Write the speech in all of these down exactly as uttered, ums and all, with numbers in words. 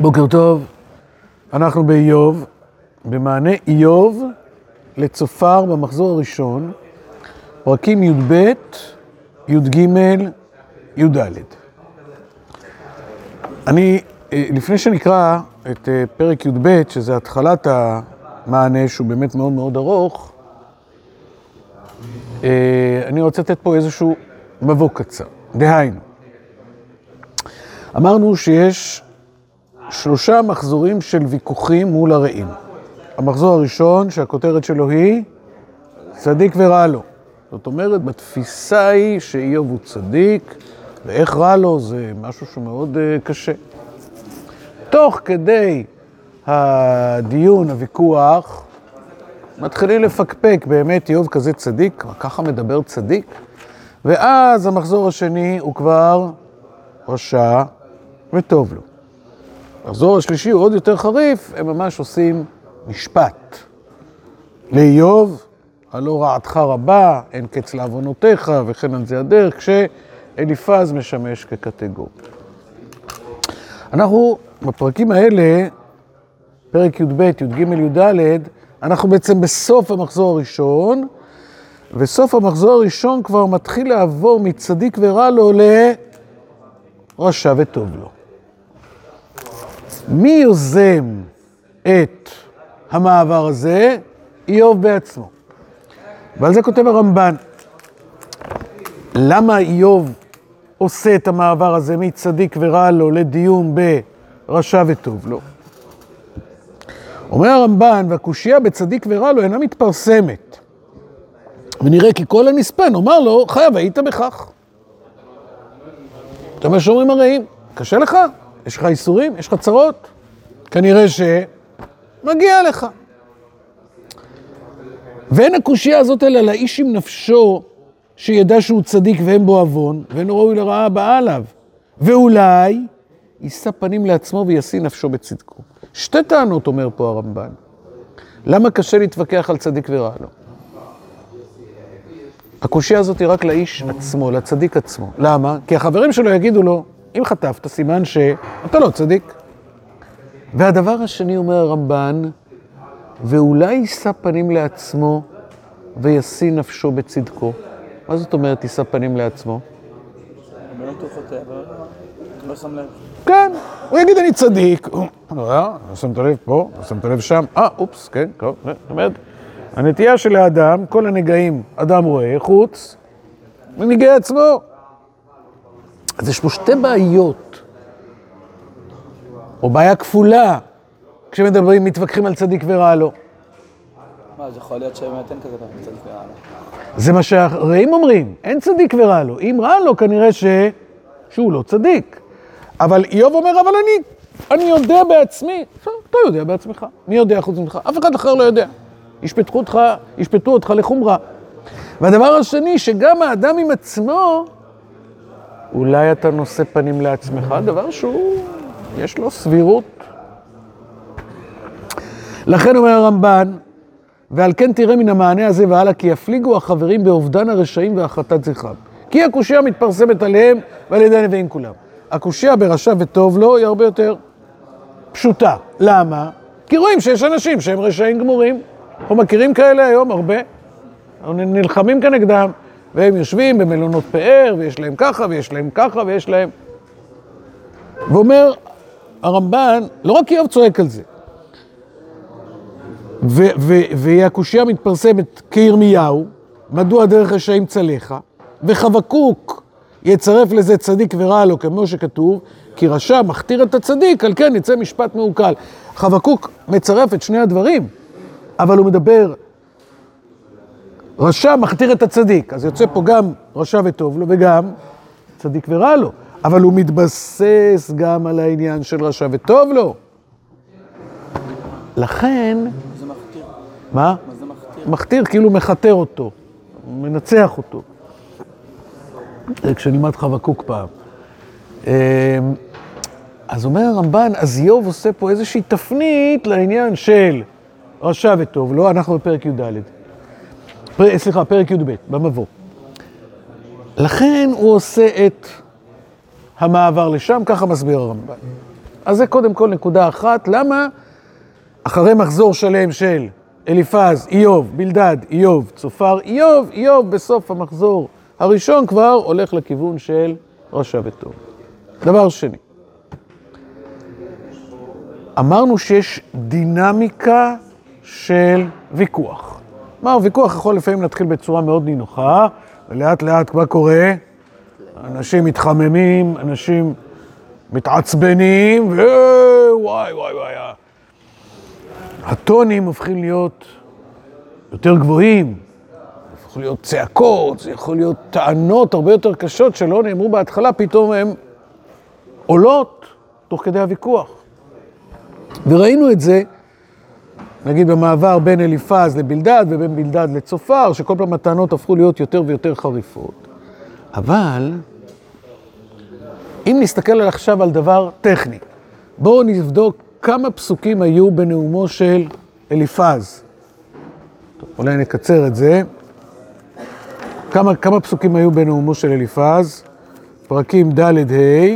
בוקר טוב, אנחנו באיוב, במענה איוב לצופר במחזור הראשון, פרקים י"ב, י"ג, י"ד. אני, לפני שנקרא את פרק י"ב, שזה התחלת המענה, שהוא באמת מאוד מאוד ארוך, אני רוצה לתת פה איזשהו מבוא קצר. דהיינו, אמרנו שיש שלושה מחזורים של ויכוחים מול הרעים. המחזור הראשון, שהכותרת שלו היא צדיק ורע לו. זאת אומרת, בתפיסה היא שאיוב הוא צדיק, ואיך רע לו זה משהו שמאוד uh, קשה. תוך כדי הדיון, הוויכוח, מתחילים לפקפק, באמת איוב כזה צדיק, ככה מדבר צדיק, ואז המחזור השני הוא כבר רשע וטוב לו. המחזור השלישי הוא עוד יותר חריף, הם ממש עושים משפט. לאיוב, הלא רעתך רבה, אין קץ לעוונותיך, וכן על זה הדרך, כשאליפז משמש כקטגור. אנחנו, בפרקים האלה, פרק י"ב, י"ג, י"ד, אנחנו בעצם בסוף המחזור הראשון, וסוף המחזור הראשון כבר מתחיל לעבור מצדיק ורע לו לרשע וטוב לו. מי יוזם את המעבר הזה? איוב בעצמו. ועל זה כותב הרמב"ן. למה איוב עושה את המעבר הזה מצדיק ורע לו לדיון ברשע וטוב לו? אומר הרמב"ן, והקושיה בצדיק ורע לו אינה מתפרסמת. ונראה כי כל הנספה נאמר לו, חייב היית בכך. אתה אומר שאומרים הרעים, קשה לך? יש לך איסורים? יש לך צרות? כנראה שמגיע לך. ואין הקושיה הזאת אלא לאיש עם נפשו, שידע שהוא צדיק ואין בו אבון, ואין ראוי לרעה הבאה עליו. ואולי יישא פנים לעצמו וישיא נפשו בצדקו. שתי טענות אומר פה הרמב"ן. למה קשה להתווכח על צדיק ורע לו? הקושיה הזאת היא רק לאיש עצמו, לצדיק עצמו. למה? כי החברים שלו יגידו לו, אם חטפת, סימן שאתה לא צדיק. והדבר השני אומר הרמב"ן, ואולי יישא פנים לעצמו וישיא נפשו בצדקו. מה זאת אומרת יישא פנים לעצמו? באמת הוא חוטא, אבל לא שם לב. כן, הוא יגיד אני צדיק. לא שמת לב פה, לא שמת לב שם. אה, אופס, כן, טוב. זאת אומרת, הנטייה של האדם, כל הנגעים, אדם רואה, חוץ, ונגעי עצמו. אז יש פה שתי בעיות, או בעיה כפולה, כשמדברים, מתווכחים על צדיק ורע לו. מה, זה יכול להיות שבאמת אין כזה דבר, צדיק ורע לו. זה מה שהרעים אומרים, אין צדיק ורע לו. אם רע לו, כנראה ש... שהוא לא צדיק. אבל איוב אומר, אבל אני, אני יודע בעצמי. אתה יודע בעצמך. מי יודע חוץ ממך? אף אחד אחר לא יודע. ישפטו אותך, ישפטו אותך לחומרה. והדבר השני, שגם האדם עם עצמו, אולי אתה נושא פנים לעצמך, דבר שהוא, יש לו סבירות. לכן אומר הרמב"ן, ועל כן תראה מן המענה הזה והלאה, כי יפליגו החברים באובדן הרשעים והחטאת זכרם. כי הקושיה מתפרסמת עליהם ועל ידי הנביאים כולם. הקושיה ברשע וטוב לו היא הרבה יותר פשוטה. למה? כי רואים שיש אנשים שהם רשעים גמורים. אנחנו מכירים כאלה היום הרבה. אנחנו נלחמים כנגדם, והם יושבים במלונות פאר, ויש להם ככה, ויש להם ככה, ויש להם... ואומר הרמב"ן, לא רק איוב צועק על זה, והיא הקושיה מתפרסמת כירמיהו, מדוע דרך רשעים צלחה, וחבקוק יצרף לזה צדיק ורע לו, כמו שכתוב, כי רשע מכתיר את הצדיק, על כן יצא משפט מעוקל. חבקוק מצרף את שני הדברים, אבל הוא מדבר, רשע מכתיר את הצדיק, אז יוצא פה גם רשע וטוב לו, וגם צדיק ורע לו, אבל הוא מתבסס גם על העניין של רשע וטוב לו. לכן... זה מכתיר. מה? מה זה מכתיר? מכתיר, כאילו מכתר אותו, מנצח אותו. זה כשנלמד חבקוק פעם. אז אומר הרמב"ן, אז איוב עושה פה איזושהי תפנית לעניין של רשע וטוב לו, אנחנו בפרק י"ד. פר, סליחה, פרק י"ב, במבוא. לכן הוא עושה את המעבר לשם, ככה מסביר הרמב"ן. אז זה קודם כל נקודה אחת, למה אחרי מחזור שלם של אליפז, איוב, בלדד, איוב, צופר, איוב, איוב בסוף המחזור הראשון כבר הולך לכיוון של רשע וטוב. דבר שני, אמרנו שיש דינמיקה של ויכוח. מה, ויכוח יכול לפעמים להתחיל בצורה מאוד נינוחה, ולאט לאט מה קורה? אנשים מתחממים, אנשים מתעצבנים, ווואי וואי וואי. הטונים הופכים להיות יותר גבוהים, יכול להיות צעקות, זה יכול להיות טענות הרבה יותר קשות שלא נאמרו בהתחלה, פתאום הן עולות תוך כדי הוויכוח. וראינו את זה, נגיד במעבר בין אליפז לבלדד ובין בלדד לצופר, שכל פעם הטענות הפכו להיות יותר ויותר חריפות. אבל אם נסתכל על עכשיו על דבר טכני, בואו נבדוק כמה פסוקים היו בנאומו של אליפז. טוב, אולי נקצר את זה. כמה, כמה פסוקים היו בנאומו של אליפז? פרקים ד' ה'.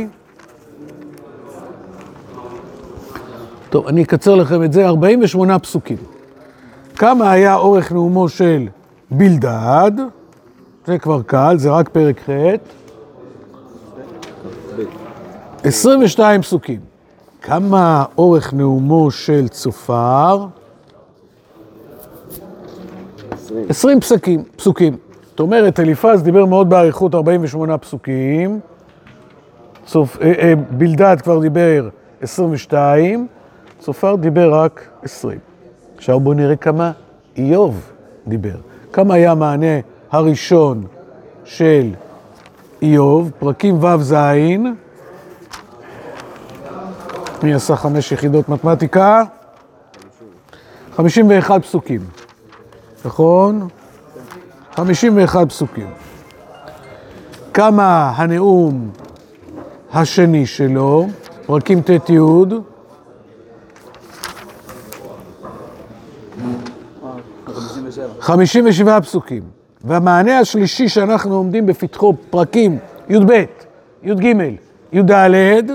טוב, אני אקצר לכם את זה, ארבעים ושמונה פסוקים. כמה היה אורך נאומו של בלדד? זה כבר קל, זה רק פרק ח'. עשרים ושתיים פסוקים. כמה אורך נאומו של צופר? עשרים פסוקים, פסוקים. זאת אומרת, אליפז דיבר מאוד באריכות ארבעים ושמונה פסוקים. צופ... אה, אה, בלדד כבר דיבר עשרים ושתיים, צופר דיבר רק עשרים. עכשיו בואו נראה כמה איוב דיבר. כמה היה המענה הראשון של איוב, פרקים ו' ז', מי עשה חמש יחידות מתמטיקה? חמישים ואחד פסוקים. נכון? חמישים ואחד פסוקים. כמה הנאום השני שלו, פרקים ט' י', חמישים ושבעה פסוקים. והמענה השלישי שאנחנו עומדים בפתחו, פרקים י' ב', י' ג', י' ד',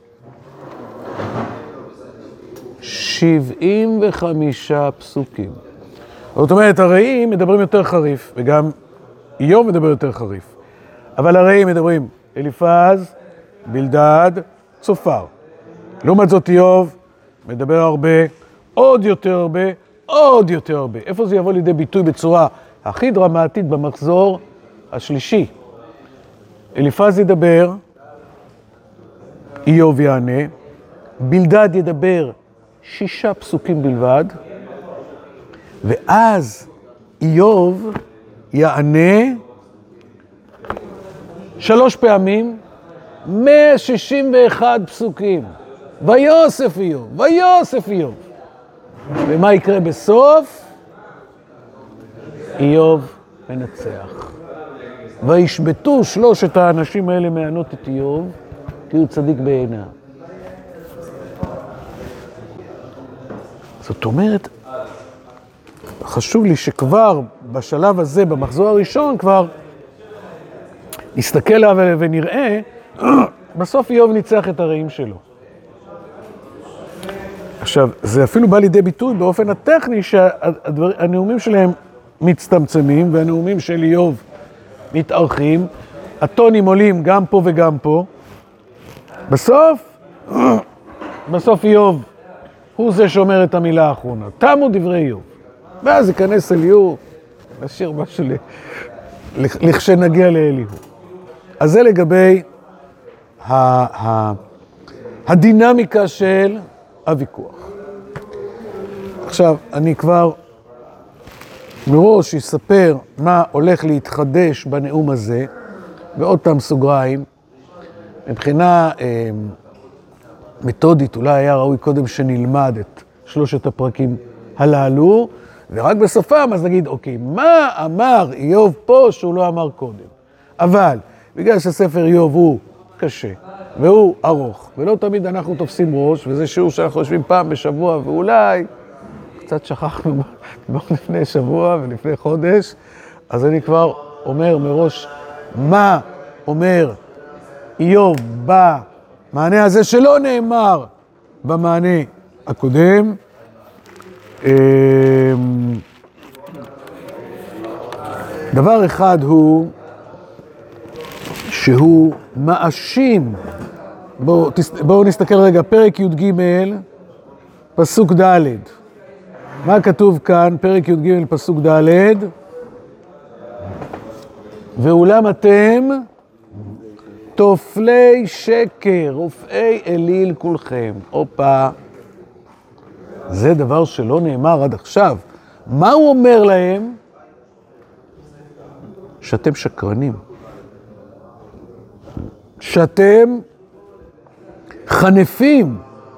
שבעים וחמישה פסוקים. זאת אומרת, הרעים מדברים יותר חריף, וגם איוב מדבר יותר חריף. אבל הרעים מדברים אליפז, בלדד, צופר. לעומת זאת איוב מדבר הרבה, עוד יותר הרבה, עוד יותר הרבה. איפה זה יבוא לידי ביטוי בצורה הכי דרמטית במחזור השלישי? אליפז ידבר, איוב יענה, בלדד ידבר שישה פסוקים בלבד, ואז איוב יענה שלוש פעמים, מאה שישים ואחד פסוקים. ויוסף איוב, ויוסף איוב. ומה יקרה בסוף? איוב מנצח. וישבתו שלושת האנשים האלה מענות את איוב, כי הוא צדיק בעיניו. זאת אומרת, חשוב לי שכבר בשלב הזה, במחזור הראשון, כבר נסתכל עליו ונראה, בסוף איוב ניצח את הרעים שלו. עכשיו, זה אפילו בא לידי ביטוי באופן הטכני שהנאומים שלהם מצטמצמים, והנאומים של איוב מתארכים, הטונים עולים גם פה וגם פה. בסוף, בסוף איוב הוא זה שאומר את המילה האחרונה. תמו דברי איוב. ואז ייכנס אליהו, נשאיר משהו לכשנגיע לאליהו. אז זה לגבי ה- ה- הדינמיקה של הוויכוח. עכשיו, אני כבר מראש אספר מה הולך להתחדש בנאום הזה, ועוד פעם סוגריים, מבחינה אה, מתודית, אולי היה ראוי קודם שנלמד את שלושת הפרקים הללו, ורק בסופם אז נגיד, אוקיי, מה אמר איוב פה שהוא לא אמר קודם? אבל בגלל שספר איוב הוא קשה, והוא ארוך, ולא תמיד אנחנו תופסים ראש, וזה שיעור שאנחנו יושבים פעם בשבוע, ואולי קצת שכחנו לפני שבוע ולפני חודש, אז אני כבר אומר מראש, מה אומר איוב במענה הזה שלא נאמר במענה הקודם. דבר אחד הוא שהוא מאשים. בואו בוא נסתכל רגע, פרק י"ג, פסוק ד'. מה כתוב כאן? פרק י"ג, פסוק ד'. ואולם אתם תופלי שקר, רופאי אליל כולכם. אופה, זה דבר שלא נאמר עד עכשיו. מה הוא אומר להם? שאתם שקרנים. שאתם חנפים.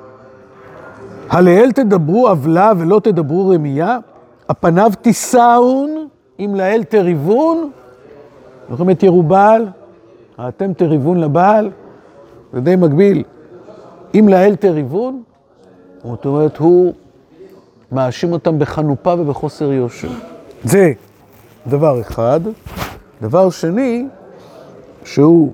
הלאל תדברו עוולה ולא תדברו רמייה? הפניו תישאון אם לאל תריבון? זוכרים את ירובעל? אתם תריבון לבעל? זה די מקביל. אם לאל תריבון? זאת אומרת, הוא מאשים אותם בחנופה ובחוסר יושר. זה דבר אחד. דבר שני, שהוא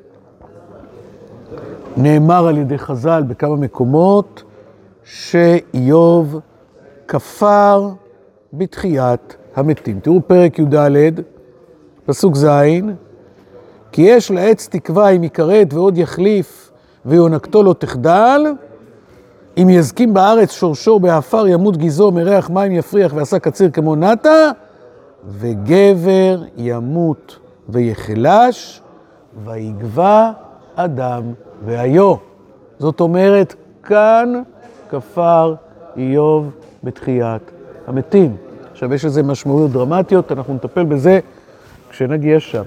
נאמר על ידי חז"ל בכמה מקומות, שאיוב כפר בתחיית המתים. תראו פרק י"ד, פסוק ז', כי יש לעץ תקווה אם יכרת ועוד יחליף ויונקתו לא תחדל, אם יזקים בארץ שורשו באפר ימות גזעו מריח מים יפריח ועשה קציר כמו נטע, וגבר ימות ויחלש ויגבה אדם והיו. זאת אומרת, כאן כפר איוב בתחיית המתים. עכשיו יש לזה משמעויות דרמטיות, אנחנו נטפל בזה כשנגיע שם.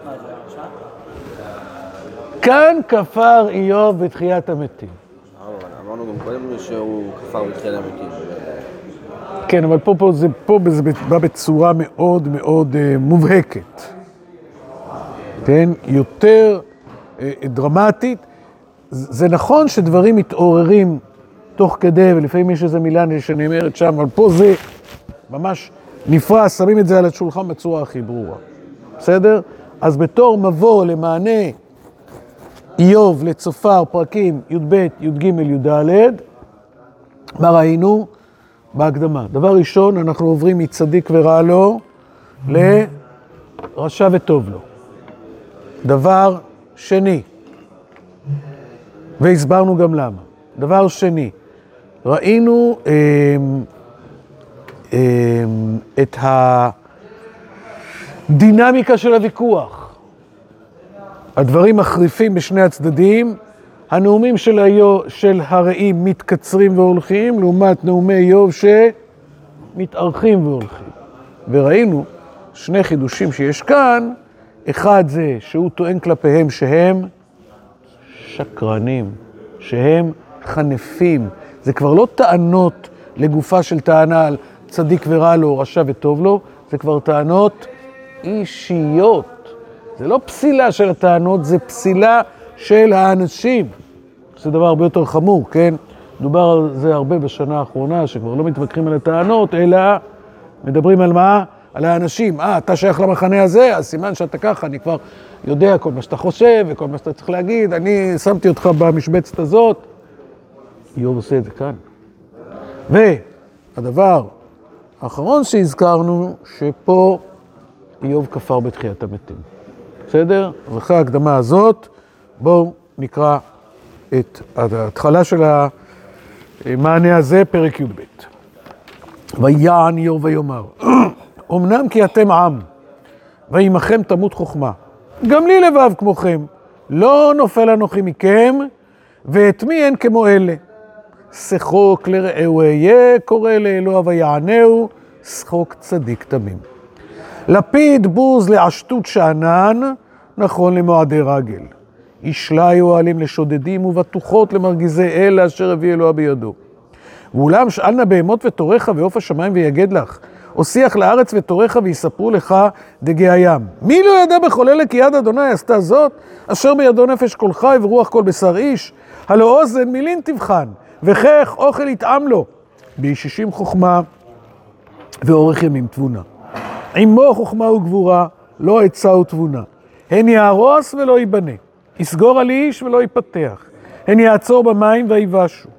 כאן כפר איוב בתחיית המתים. אמרנו גם קודם שהוא כפר בתחיית המתים. כן, אבל פה, פה, זה, פה זה בא בצורה מאוד מאוד uh, מובהקת. כן? יותר uh, דרמטית. זה נכון שדברים מתעוררים תוך כדי, ולפעמים יש איזו מילה שנאמרת שם, אבל פה זה ממש נפרס, שמים את זה על השולחן בצורה הכי ברורה. בסדר? אז בתור מבוא למענה איוב לצופר פרקים י"ב, י"ג, י"ד, מה ראינו? בהקדמה. דבר ראשון, אנחנו עוברים מצדיק ורע לו לרשע וטוב לו. דבר שני, והסברנו גם למה. דבר שני, ראינו אה, אה, את הדינמיקה של הוויכוח. הדברים מחריפים בשני הצדדים, הנאומים של, היו, של הרעים מתקצרים והולכים, לעומת נאומי איוב שמתארחים והולכים. וראינו שני חידושים שיש כאן, אחד זה שהוא טוען כלפיהם שהם שקרנים, שהם חנפים. זה כבר לא טענות לגופה של טענה על צדיק ורע לו, רשע וטוב לו, זה כבר טענות אישיות. זה לא פסילה של הטענות, זה פסילה של האנשים. זה דבר הרבה יותר חמור, כן? דובר על זה הרבה בשנה האחרונה, שכבר לא מתווכחים על הטענות, אלא מדברים על מה? על האנשים. אה, אתה שייך למחנה הזה, אז סימן שאתה ככה, אני כבר יודע כל מה שאתה חושב וכל מה שאתה צריך להגיד, אני שמתי אותך במשבצת הזאת. איוב עושה את זה כאן. והדבר האחרון שהזכרנו, שפה איוב כפר בתחיית המתים. בסדר? אז אחרי ההקדמה הזאת, בואו נקרא את ההתחלה של המענה הזה, פרק י"ב. ויען איוב ויאמר, אמנם כי אתם עם, ועמכם תמות חוכמה. גם לי לבב כמוכם, לא נופל אנוכי מכם, ואת מי אין כמו אלה. שחוק לרעהו אהיה, קורא לאלוהיו ויענהו, שחוק צדיק תמים. לפיד בוז לעשתות שאנן, נכון למועדי רגל. ישלי אוהלים לשודדים ובטוחות למרגיזי אלה אשר הביא אלוה בידו. ואולם שאלנה בהמות ותורך ועוף השמיים ויגד לך, הושיח לארץ ותורך ויספרו לך דגי הים. מי לא ידע בכל אלה כי יד אדוני עשתה זאת, אשר בידו נפש כל חי ורוח כל בשר איש, הלא אוזן מילין תבחן, וכך אוכל יטעם לו, בישישים חוכמה ואורך ימים תבונה. עמו חוכמה וגבורה, לא עצה ותבונה. הן יהרוס ולא ייבנה, יסגור על איש ולא ייפתח. הן יעצור במים ויבשו.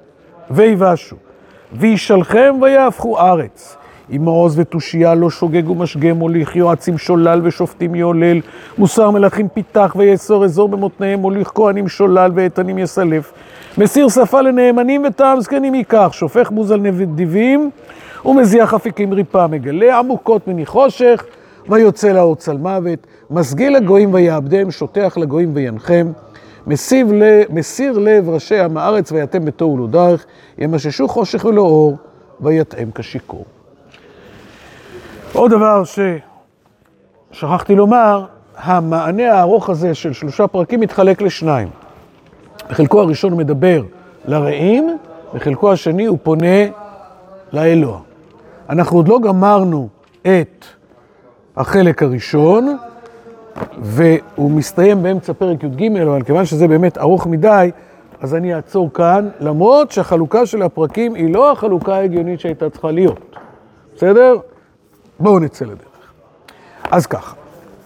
ויבשו, וישלחם ויהפכו ארץ. אם מעוז ותושייה לא שוגג ומשגם מוליך, יועצים שולל ושופטים יעולל, מוסר מלכים פיתח ויאסור אזור במותניהם, מוליך כהנים שולל ואיתנים יסלף, מסיר שפה לנאמנים וטעם זקנים ייקח, שופך בוז על נדיבים ומזיח אפיקים ריפה, מגלה עמוקות מני חושך ויוצא לאור צל מוות, מסגיל לגויים ויעבדם, שוטח לגויים וינחם, מסיב ל... מסיר לב ראשי עם הארץ ויתם בתוהו ולא דרך, ימששו חושך ולא אור ויתאם כשיכור. עוד דבר ששכחתי לומר, המענה הארוך הזה של שלושה פרקים מתחלק לשניים. בחלקו הראשון הוא מדבר לרעים, בחלקו השני הוא פונה לאלוה. אנחנו עוד לא גמרנו את החלק הראשון, והוא מסתיים באמצע פרק י"ג, אבל כיוון שזה באמת ארוך מדי, אז אני אעצור כאן, למרות שהחלוקה של הפרקים היא לא החלוקה ההגיונית שהייתה צריכה להיות. בסדר? בואו נצא לדרך. אז ככה.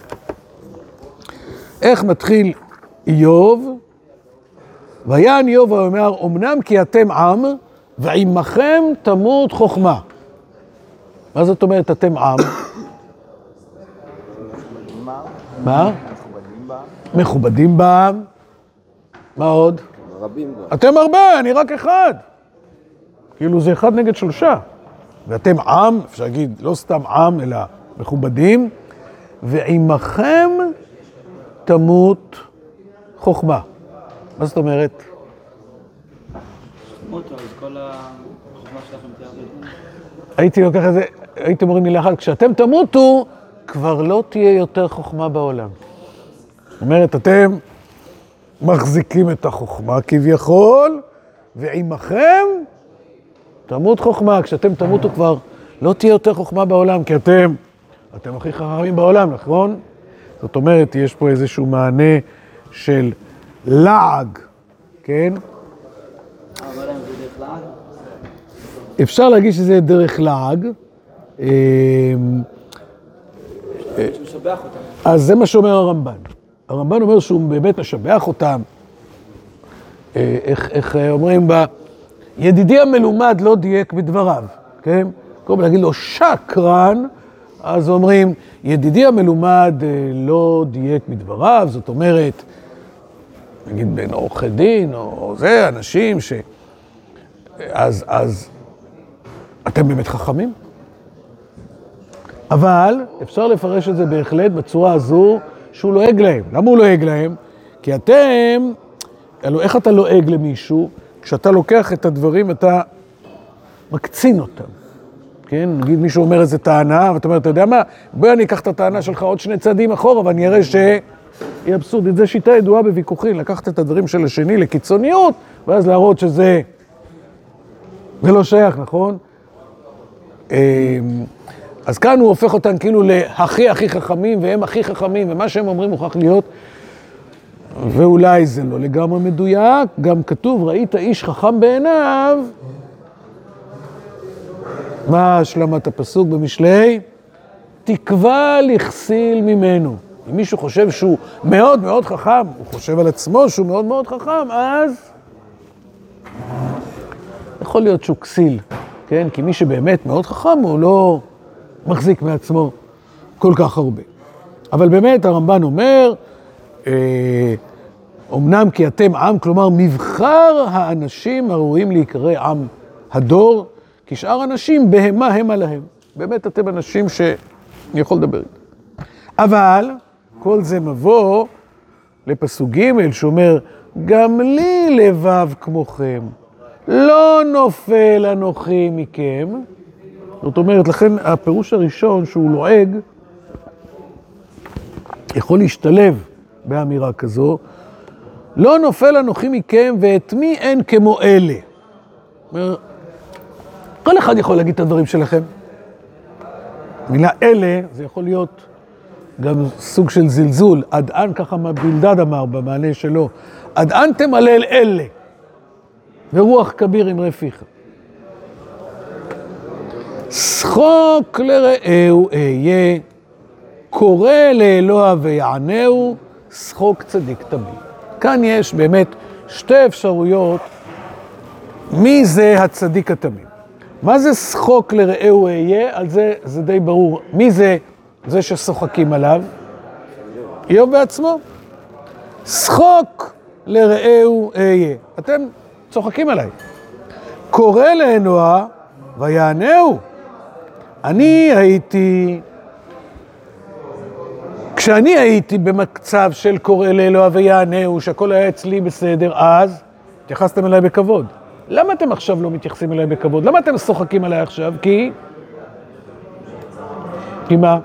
איך מתחיל איוב? ויען איוב ואומר, אמנם כי אתם עם, ועמכם תמות חוכמה. מה זאת אומרת אתם עם? מה? מכובדים בעם. מכובדים בעם. מה עוד? רבים גם. אתם הרבה, אני רק אחד. כאילו זה אחד נגד שלושה. ואתם עם, אפשר להגיד, לא סתם עם, אלא מכובדים, ועמכם תמות חוכמה. מה זאת אומרת? תמות, אז כל החוכמה שלכם תהיה... הייתי לוקח את זה, הייתי אומרים מילה אחת, כשאתם תמותו, כבר לא תהיה יותר חוכמה בעולם. זאת אומרת, אתם מחזיקים את החוכמה כביכול, ועמכם תמות חוכמה. כשאתם תמותו כבר לא תהיה יותר חוכמה בעולם, כי אתם, אתם הכי חכמים בעולם, נכון? זאת אומרת, יש פה איזשהו מענה של לעג, כן? אבל הם זה דרך לעג? אפשר להגיד שזה דרך לעג. שמשבח אותם. אז זה מה שאומר הרמב"ן. הרמב"ן אומר שהוא באמת משבח אותם. איך, איך אומרים בה, ידידי המלומד לא דייק בדבריו, כן? קוראים להגיד לו שקרן, אז אומרים, ידידי המלומד לא דייק בדבריו, זאת אומרת, נגיד בין עורכי דין או זה, אנשים ש... אז, אז אתם באמת חכמים? אבל אפשר לפרש את זה בהחלט בצורה הזו שהוא לועג להם. למה הוא לועג להם? כי אתם, אלו, איך אתה לועג למישהו? כשאתה לוקח את הדברים, אתה מקצין אותם. כן? נגיד מישהו אומר איזה טענה, ואתה אומר, אתה יודע מה? בואי אני אקח את הטענה שלך עוד שני צעדים אחורה, ואני אראה שהיא אבסורדית. זו שיטה ידועה בוויכוחים, לקחת את הדברים של השני לקיצוניות, ואז להראות שזה זה לא שייך, נכון? אז כאן הוא הופך אותם כאילו להכי הכי חכמים, והם הכי חכמים, ומה שהם אומרים מוכרח להיות, ואולי זה לא לגמרי מדויק, גם כתוב, ראית איש חכם בעיניו, מה השלמת הפסוק במשלי? תקווה לכסיל ממנו. אם מישהו חושב שהוא מאוד מאוד חכם, הוא חושב על עצמו שהוא מאוד מאוד חכם, אז יכול להיות שהוא כסיל, כן? כי מי שבאמת מאוד חכם הוא לא מחזיק מעצמו כל כך הרבה. אבל באמת הרמב"ן אומר, אמנם כי אתם עם, כלומר מבחר האנשים הראויים להיקרא עם הדור, כי שאר אנשים בהמה המה להם. באמת אתם אנשים שאני יכול לדבר איתם. אבל כל זה מבוא לפסוק ג' שאומר, גם לי לבב כמוכם, לא נופל אנוכי מכם. זאת אומרת, לכן הפירוש הראשון שהוא לועג, יכול להשתלב באמירה כזו, לא נופל אנוכי מכם ואת מי אין כמו אלה. אומר, כל אחד יכול להגיד את הדברים שלכם. מילה אלה, זה יכול להיות גם סוג של זלזול. עדען, ככה בלדד אמר במענה שלו, עדען תמלל אלה, ורוח כביר עם רפיך. שחוק לרעהו אהיה, קורא לאלוה ויענהו, שחוק צדיק תמיד. כאן יש באמת שתי אפשרויות מי זה הצדיק התמים? מה זה שחוק לרעהו אהיה? על זה, זה די ברור. מי זה זה ששוחקים עליו? איוב בעצמו. שחוק לרעהו אהיה. אתם צוחקים עליי. קורא לאלוה ויענהו. אני הייתי, כשאני הייתי במצב של קורא לאלוה ויענהו, שהכל היה אצלי בסדר, אז התייחסתם אליי בכבוד. למה אתם עכשיו לא מתייחסים אליי בכבוד? למה אתם שוחקים עליי עכשיו? כי... כי מה?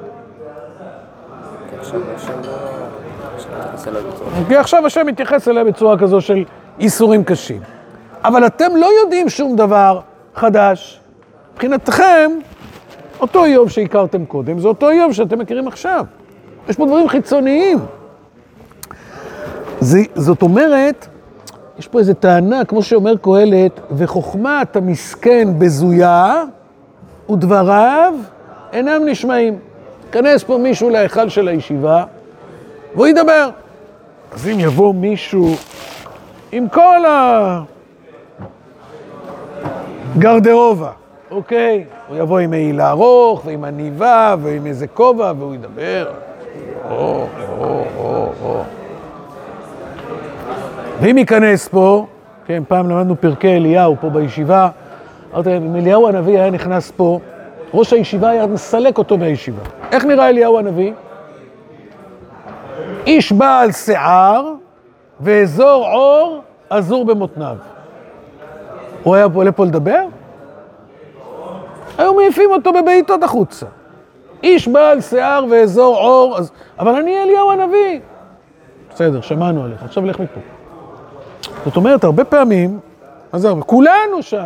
כי עכשיו השם מתייחס אליי בצורה כזו של איסורים קשים. אבל אתם לא יודעים שום דבר חדש. מבחינתכם, אותו איוב שהכרתם קודם, זה אותו איוב שאתם מכירים עכשיו. יש פה דברים חיצוניים. זה, זאת אומרת, יש פה איזו טענה, כמו שאומר קהלת, וחוכמת המסכן בזויה, ודבריו אינם נשמעים. כנס פה מישהו להיכל של הישיבה, והוא ידבר. אז אם יבוא מישהו עם כל הגרדרובה, אוקיי? הוא יבוא עם מעיל ארוך ועם עניבה ועם איזה כובע והוא ידבר. או, או, או, או. ואם ייכנס פה, כן, פעם למדנו פרקי אליהו פה בישיבה, אמרתי, אם אליהו הנביא היה נכנס פה, ראש הישיבה היה מסלק אותו מהישיבה. איך נראה אליהו הנביא? איש בעל שיער ואזור עור אזור במותניו. הוא היה עולה פה לדבר? היו מעיפים אותו בבעיטות החוצה. איש בעל שיער ואזור עור, אז... אבל אני אליהו הנביא. בסדר, שמענו עליך, עכשיו לך מפה. זאת אומרת, הרבה פעמים, אז הרבה, כולנו שם.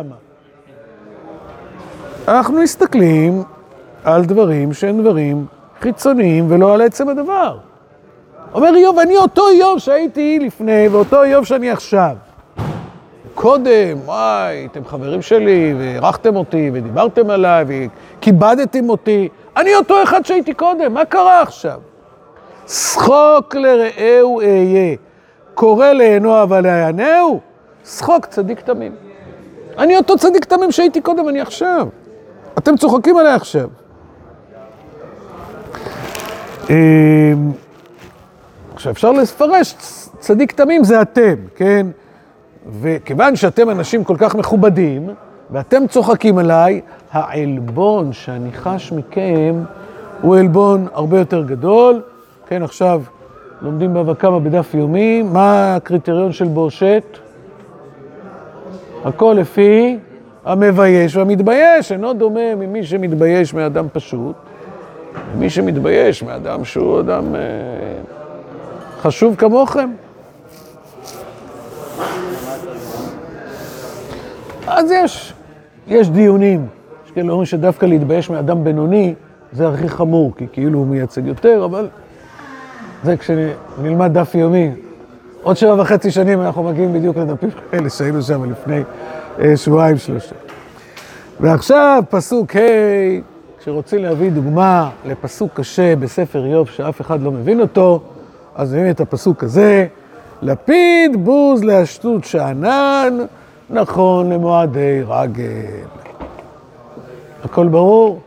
אנחנו מסתכלים על דברים שהם דברים חיצוניים ולא על עצם הדבר. אומר איוב, אני אותו איוב שהייתי לפני ואותו איוב שאני עכשיו. קודם, וואי, אתם חברים שלי והערכתם אותי ודיברתם עליי וכיבדתם אותי. אני אותו אחד שהייתי קודם, מה קרה עכשיו? שחוק לרעהו אהיה, קורא לענו אבל יענהו, שחוק צדיק תמים. אני אותו צדיק תמים שהייתי קודם, אני עכשיו. אתם צוחקים עליי עכשיו. עכשיו אפשר לפרש, צדיק תמים זה אתם, כן? וכיוון שאתם אנשים כל כך מכובדים, ואתם צוחקים עליי, העלבון שאני חש מכם הוא עלבון הרבה יותר גדול. כן, עכשיו לומדים בבא קמא בדף יומי, מה הקריטריון של בושת? הכל לפי המבייש והמתבייש, אינו דומה ממי שמתבייש מאדם פשוט, ממי שמתבייש מאדם שהוא אדם אה, חשוב כמוכם. אז יש, יש דיונים, יש כאלה אומרים שדווקא להתבייש מאדם בינוני זה הכי חמור, כי כאילו הוא מייצג יותר, אבל זה כשנלמד דף יומי. עוד שבע וחצי שנים אנחנו מגיעים בדיוק לדפים האלה שהיינו שם לפני אה, שבועיים שלושה. ועכשיו פסוק ה', כשרוצים להביא דוגמה לפסוק קשה בספר איוב שאף אחד לא מבין אותו, אז מביאים את הפסוק הזה, לפיד בוז להשטות שאנן, נכון למועדי רגל. הכל ברור?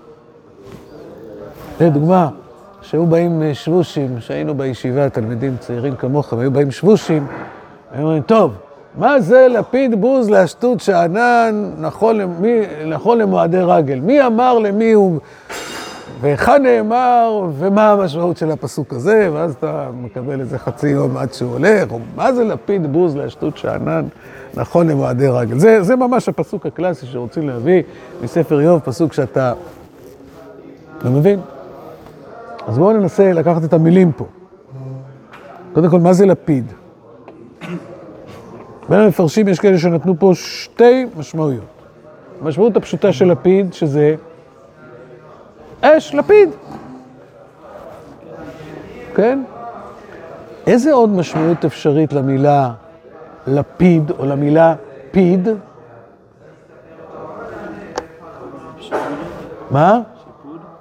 זה דוגמה, שהיו באים שבושים, שהיינו בישיבה, תלמידים צעירים כמוכם, היו באים שבושים, היו אומרים, טוב, מה זה לפיד בוז להשטות שאנן, נכון, למי, נכון למועדי רגל? מי אמר למי הוא, ואחד נאמר, ומה המשמעות של הפסוק הזה, ואז אתה מקבל איזה חצי יום עד שהוא הולך, או מה זה לפיד בוז להשטות שאנן, נכון למועדי רגל? זה, זה ממש הפסוק הקלאסי שרוצים להביא מספר איוב, פסוק שאתה לא מבין? אז בואו ננסה לקחת את המילים פה. קודם כל, מה זה לפיד? בין המפרשים יש כאלה שנתנו פה שתי משמעויות. המשמעות הפשוטה של לפיד, שזה אש, לפיד. כן? איזה עוד משמעות אפשרית למילה לפיד או למילה פיד? מה?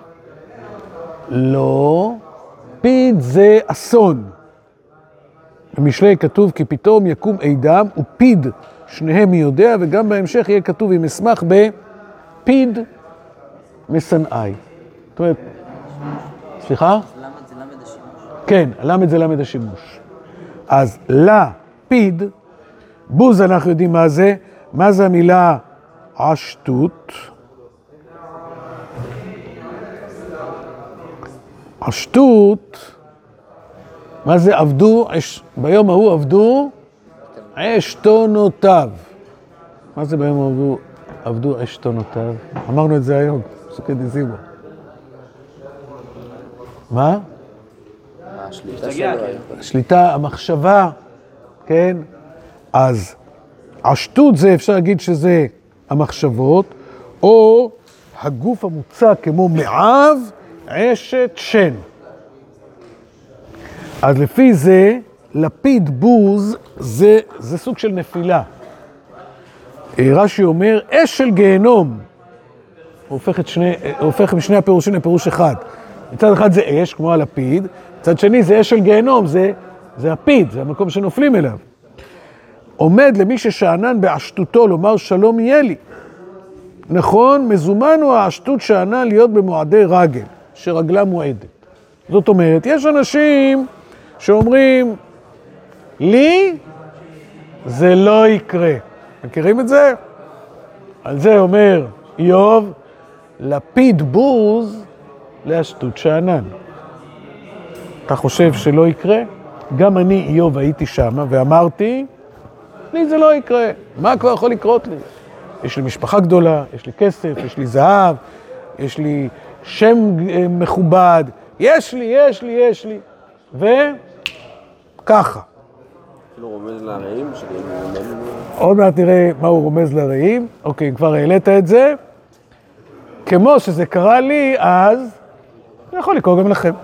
לא. פיד זה אסון. במשלי כתוב כי פתאום יקום אדם ופיד שניהם מי יודע, וגם בהמשך יהיה כתוב אם אשמח בפיד משנאי. זאת אומרת, סליחה? למד זה למד השימוש. כן, למד זה למד השימוש. אז לפיד, בוז אנחנו יודעים מה זה, מה זה המילה עשתות? עשתות, מה זה עבדו, ביום ההוא עבדו עשתונותיו. מה זה ביום ההוא עבדו עשתונותיו? אמרנו את זה היום, פסוקי דזיבו. מה? השליטה שלו. השליטה, המחשבה, כן? אז עשתות זה אפשר להגיד שזה המחשבות, או הגוף המוצא כמו מעב, עשת, שן. אז לפי זה, לפיד בוז זה, זה סוג של נפילה. רש"י אומר, אש של גיהנום. הוא הופך את שני, הוא הופך משני הפירושים לפירוש אחד. מצד אחד זה אש, כמו הלפיד, מצד שני זה אש של גיהנום, זה, זה הפיד, זה המקום שנופלים אליו. עומד למי ששענן בעשתותו לומר שלום יהיה לי. נכון, מזומן הוא העשתות שענן להיות במועדי רגל, שרגלה מועדת. זאת אומרת, יש אנשים שאומרים, לי זה לא יקרה. מכירים את זה? על זה אומר איוב, לפיד בוז לעשתות שענן. אתה חושב שלא יקרה? גם אני איוב הייתי שמה ואמרתי, לי זה לא יקרה. מה כבר יכול לקרות לי? יש לי משפחה גדולה, יש לי כסף, יש לי זהב, יש לי שם מכובד, יש לי, יש לי, יש לי. וככה. כאילו רומז לרעים שלי. עוד מעט נראה מה הוא רומז לרעים. אוקיי, כבר העלית את זה. כמו שזה קרה לי, אז זה יכול לקרות גם לכם.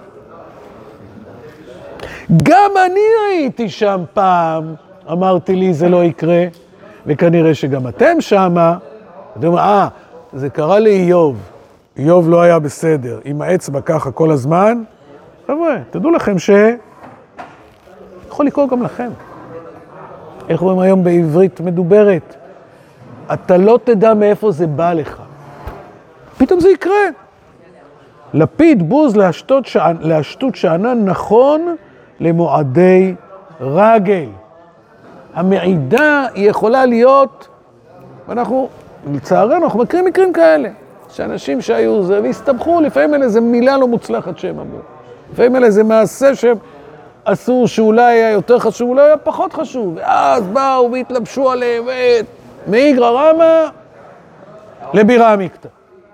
גם אני הייתי שם פעם, אמרתי לי זה לא יקרה, וכנראה שגם אתם שמה, אתם אומרים, אה, זה קרה לאיוב, איוב לא היה בסדר, עם האצבע ככה כל הזמן, חבר'ה, תדעו לכם ש... יכול לקרות גם לכם. איך רואים היום בעברית מדוברת? אתה לא תדע מאיפה זה בא לך. פתאום זה יקרה. לפיד בוז להשתות, שענ... להשתות שענן נכון למועדי רגל. המעידה היא יכולה להיות, ואנחנו, לצערנו, אנחנו מכירים מקרים כאלה, שאנשים שהיו זה, והסתבכו, לפעמים אלה איזה מילה לא מוצלחת שהם אמרו. לפעמים אלה איזה מעשה שהם עשו שאולי היה יותר חשוב, אולי היה פחות חשוב, ואז באו והתלבשו עליהם, מאיגרא רמא לבירא עמיקתא.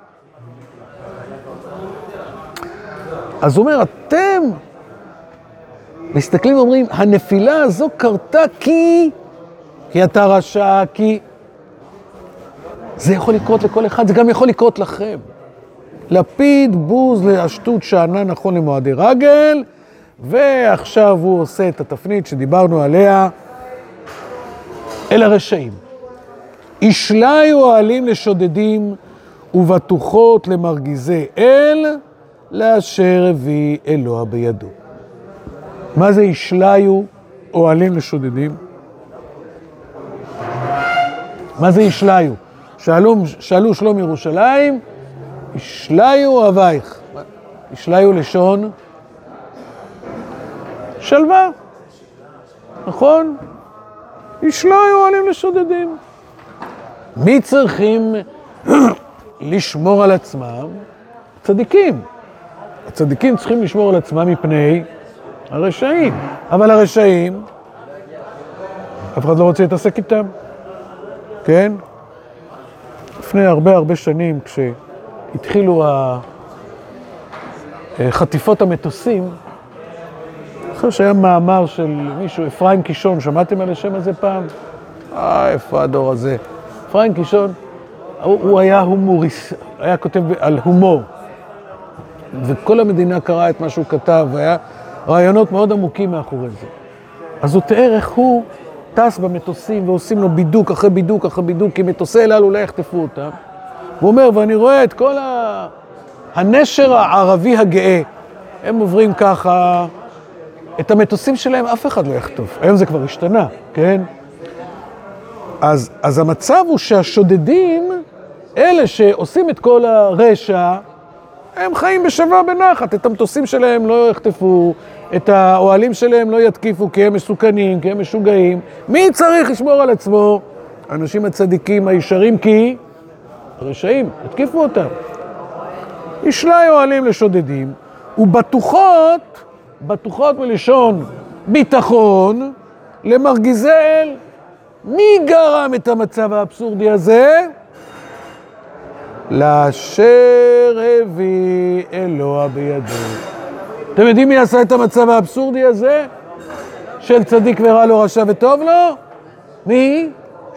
אז הוא אומר, אתם מסתכלים ואומרים, הנפילה הזו קרתה כי, כי אתה רשע, כי... זה יכול לקרות לכל אחד, זה גם יכול לקרות לכם. לפיד בוז להשתות שענן נכון למועדי רגל, ועכשיו הוא עושה את התפנית שדיברנו עליה, אל הרשעים. ישליו אוהלים לשודדים ובטוחות למרגיזי אל, לאשר הביא אלוה בידו. מה זה ישליו אוהלים לשודדים? מה זה ישליו? שאלו, שאלו שלום ירושלים, ישליו אוהבייך. ישליו לשון שלווה, נכון? ישליו אוהלים לשודדים. מי צריכים לשמור על עצמם? צדיקים. הצדיקים צריכים לשמור על עצמם מפני הרשעים. אבל הרשעים, אף אחד לא רוצה להתעסק איתם. כן? לפני הרבה הרבה שנים, כשהתחילו חטיפות המטוסים, אחרי שהיה מאמר של מישהו, אפרים קישון, שמעתם על השם הזה פעם? אה, איפה הדור הזה? אפרים קישון, הוא, הוא היה הומוריסט, היה כותב על הומור. וכל המדינה קראה את מה שהוא כתב, והיה רעיונות מאוד עמוקים מאחורי זה. אז הוא תיאר איך הוא טס במטוסים ועושים לו בידוק אחרי בידוק אחרי בידוק, כי מטוסי אל על אולי יחטפו אותם. הוא אומר, ואני רואה את כל ה... הנשר הערבי הגאה, הם עוברים ככה, את המטוסים שלהם אף אחד לא יחטוף. היום זה כבר השתנה, כן? אז, אז המצב הוא שהשודדים, אלה שעושים את כל הרשע, הם חיים בשווה בנחת. את המטוסים שלהם לא יחטפו, את האוהלים שלהם לא יתקיפו, כי הם מסוכנים, כי הם משוגעים. מי צריך לשמור על עצמו? האנשים הצדיקים הישרים, כי הרשעים, יתקיפו אותם. ישלי אוהלים לשודדים, ובטוחות, בטוחות מלשון ביטחון, למרגיזל. מי גרם את המצב האבסורדי הזה? לאשר הביא אלוה בידו. אתם יודעים מי עשה את המצב האבסורדי הזה? של צדיק ורע לו, רשע וטוב לו? מי?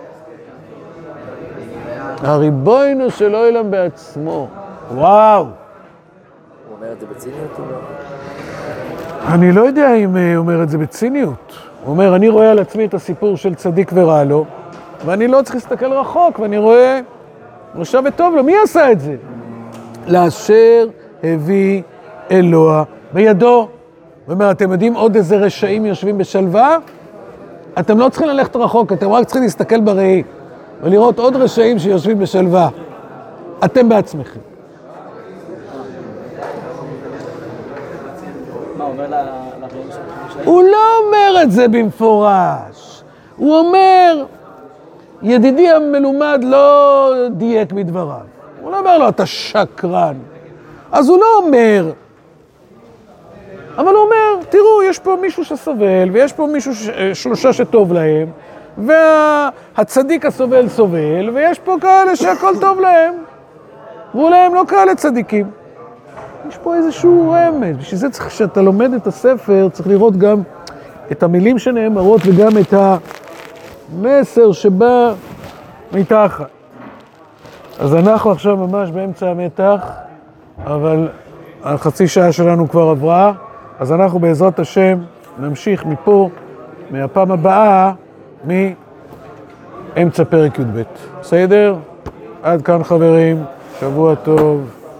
הריבונו של עולם בעצמו. וואו. הוא אומר את זה בציניות? אני לא יודע אם הוא אומר את זה בציניות. הוא אומר, אני רואה על עצמי את הסיפור של צדיק ורע לו, ואני לא צריך להסתכל רחוק, ואני רואה רשע וטוב לו. מי עשה את זה? לאשר הביא אלוה בידו. הוא אומר, אתם יודעים עוד איזה רשעים יושבים בשלווה? אתם לא צריכים ללכת רחוק, אתם רק צריכים להסתכל בראי, ולראות עוד רשעים שיושבים בשלווה. אתם בעצמכם. מה, הוא אומר לאחרים שלך? הוא לא אומר את זה במפורש. הוא אומר, ידידי המלומד לא דייק בדבריו. הוא לא אומר לו, אתה שקרן. אז הוא לא אומר, אבל הוא אומר, תראו, יש פה מישהו שסובל, ויש פה מישהו ש... שלושה שטוב להם, והצדיק הסובל סובל, ויש פה כאלה שהכל טוב להם, ואולי הם לא כאלה צדיקים. יש פה איזשהו רמז. בשביל זה צריך, כשאתה לומד את הספר, צריך לראות גם את המילים שנאמרות, וגם את המסר שבא מתחת. אז אנחנו עכשיו ממש באמצע המתח, אבל החצי שעה שלנו כבר עברה, אז אנחנו בעזרת השם נמשיך מפה, מהפעם הבאה, מאמצע פרק י"ב. בסדר? עד כאן חברים, שבוע טוב.